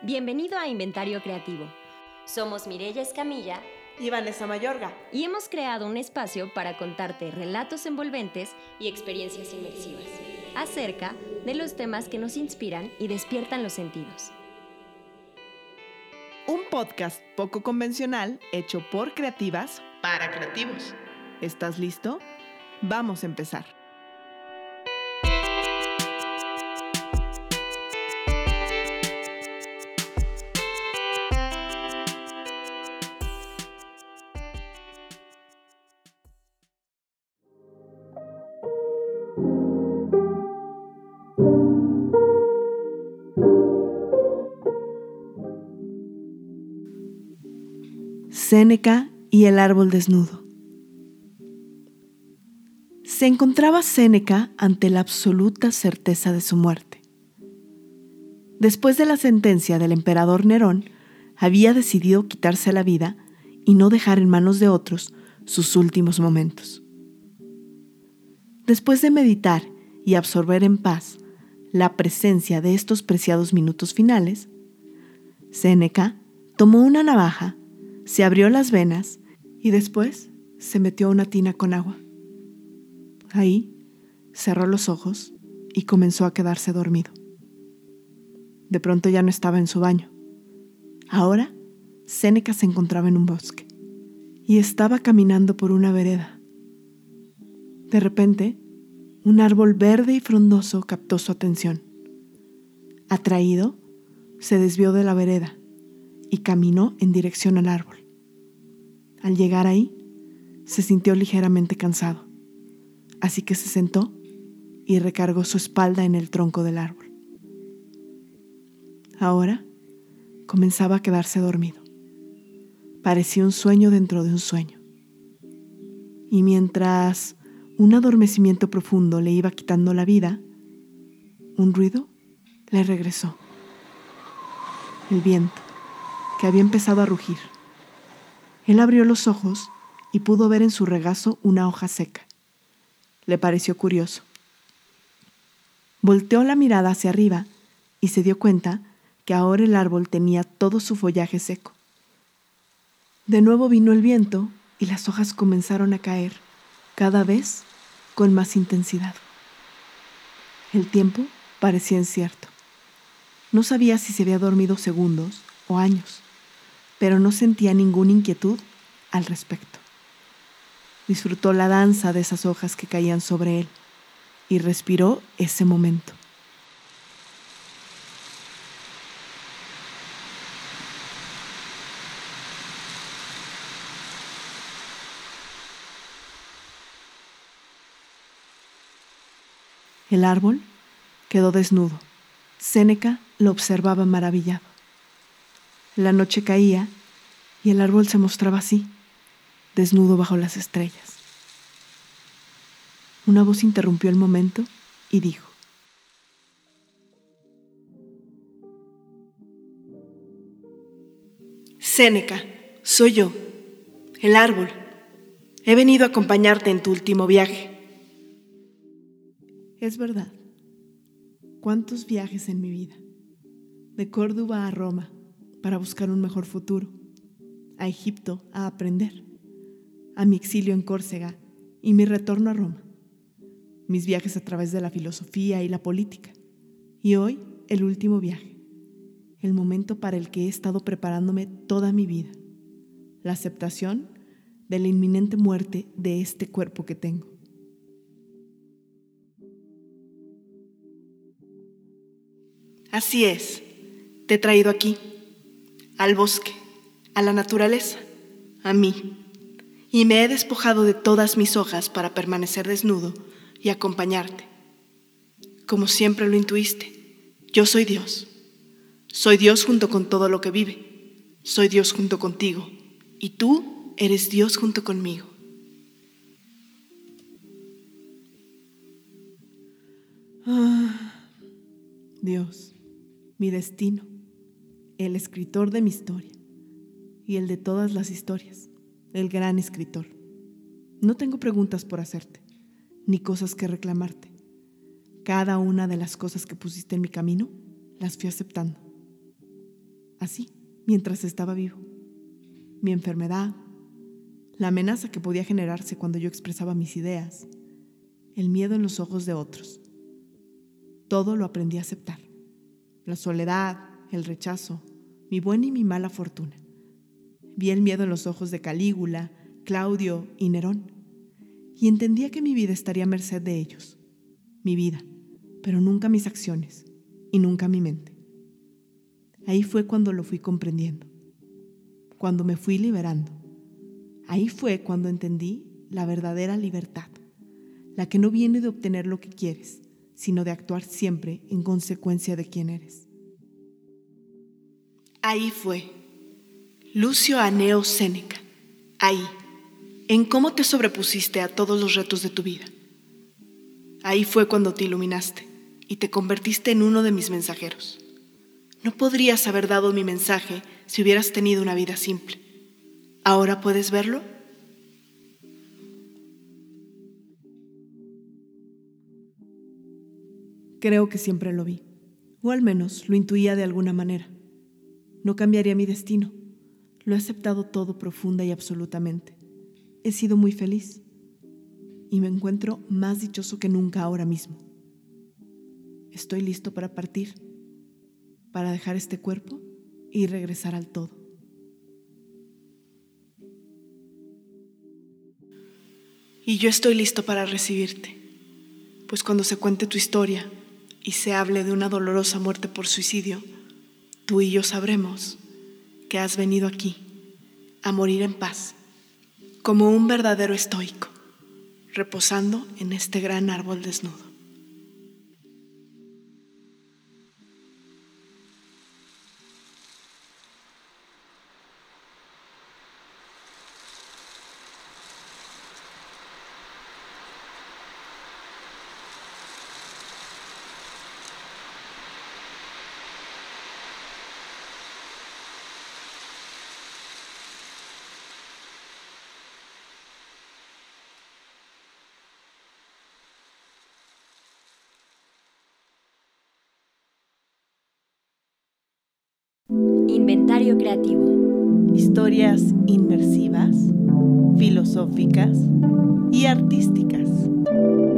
Bienvenido a Inventario Creativo. Somos Mireya Escamilla y Vanessa Mayorga. Y hemos creado un espacio para contarte relatos envolventes y experiencias inmersivas acerca de los temas que nos inspiran y despiertan los sentidos. Un podcast poco convencional hecho por creativas para creativos. ¿Estás listo? Vamos a empezar. Séneca y el árbol desnudo. Se encontraba Séneca ante la absoluta certeza de su muerte. Después de la sentencia del emperador Nerón, había decidido quitarse la vida y no dejar en manos de otros sus últimos momentos. Después de meditar y absorber en paz la presencia de estos preciados minutos finales, Séneca tomó una navaja, se abrió las venas y después se metió a una tina con agua. Ahí cerró los ojos y comenzó a quedarse dormido. De pronto ya no estaba en su baño. Ahora Séneca se encontraba en un bosque y estaba caminando por una vereda. De repente, un árbol verde y frondoso captó su atención. Atraído, se desvió de la vereda y caminó en dirección al árbol. Al llegar ahí, se sintió ligeramente cansado, así que se sentó y recargó su espalda en el tronco del árbol. Ahora comenzaba a quedarse dormido. Parecía un sueño dentro de un sueño. Y mientras un adormecimiento profundo le iba quitando la vida, un ruido le regresó. El viento, que había empezado a rugir. Él abrió los ojos y pudo ver en su regazo una hoja seca. Le pareció curioso. Volteó la mirada hacia arriba y se dio cuenta que ahora el árbol tenía todo su follaje seco. De nuevo vino el viento y las hojas comenzaron a caer, cada vez con más intensidad. El tiempo parecía incierto. No sabía si se había dormido segundos o años, pero no sentía ninguna inquietud al respecto. Disfrutó la danza de esas hojas que caían sobre él y respiró ese momento. El árbol quedó desnudo. Séneca lo observaba maravillado. La noche caía y el árbol se mostraba así, desnudo bajo las estrellas. Una voz interrumpió el momento y dijo: Séneca, soy yo, el árbol. He venido a acompañarte en tu último viaje. Es verdad. ¿Cuántos viajes en mi vida? De Córdoba a Roma, para buscar un mejor futuro. A Egipto, a aprender. A mi exilio en Córcega y mi retorno a Roma. Mis viajes a través de la filosofía y la política. Y hoy, el último viaje. El momento para el que he estado preparándome toda mi vida. La aceptación de la inminente muerte de este cuerpo que tengo. Así es, te he traído aquí, al bosque, a la naturaleza, a mí, y me he despojado de todas mis hojas para permanecer desnudo y acompañarte. Como siempre lo intuiste, yo soy Dios. Soy Dios junto con todo lo que vive. Soy Dios junto contigo, y tú eres Dios junto conmigo. Dios. Mi destino, el escritor de mi historia y el de todas las historias, el gran escritor. No tengo preguntas por hacerte, ni cosas que reclamarte. Cada una de las cosas que pusiste en mi camino, las fui aceptando. así, mientras estaba vivo. Mi enfermedad, la amenaza que podía generarse cuando yo expresaba mis ideas, el miedo en los ojos de otros. Todo lo aprendí a aceptar. La soledad, el rechazo, mi buena y mi mala fortuna. Vi el miedo en los ojos de Calígula, Claudio y Nerón, y entendía que mi vida estaría a merced de ellos. Mi vida, pero nunca mis acciones, y nunca mi mente. Ahí fue cuando lo fui comprendiendo, cuando me fui liberando. Ahí fue cuando entendí la verdadera libertad, la que no viene de obtener lo que quieres, sino de actuar siempre en consecuencia de quién eres. Ahí fue, Lucio Anneo Séneca, ahí, en cómo te sobrepusiste a todos los retos de tu vida. Ahí fue cuando te iluminaste y te convertiste en uno de mis mensajeros. No podrías haber dado mi mensaje si hubieras tenido una vida simple. ¿Ahora puedes verlo? Creo que siempre lo vi, o al menos lo intuía de alguna manera. No cambiaría mi destino. Lo he aceptado todo profunda y absolutamente. He sido muy feliz y me encuentro más dichoso que nunca ahora mismo. Estoy listo para partir, para dejar este cuerpo y regresar al todo. Y yo estoy listo para recibirte, pues cuando se cuente tu historia y se hable de una dolorosa muerte por suicidio, tú y yo sabremos que has venido aquí a morir en paz, como un verdadero estoico, reposando en este gran árbol desnudo. Inventario creativo. Historias inmersivas, filosóficas y artísticas.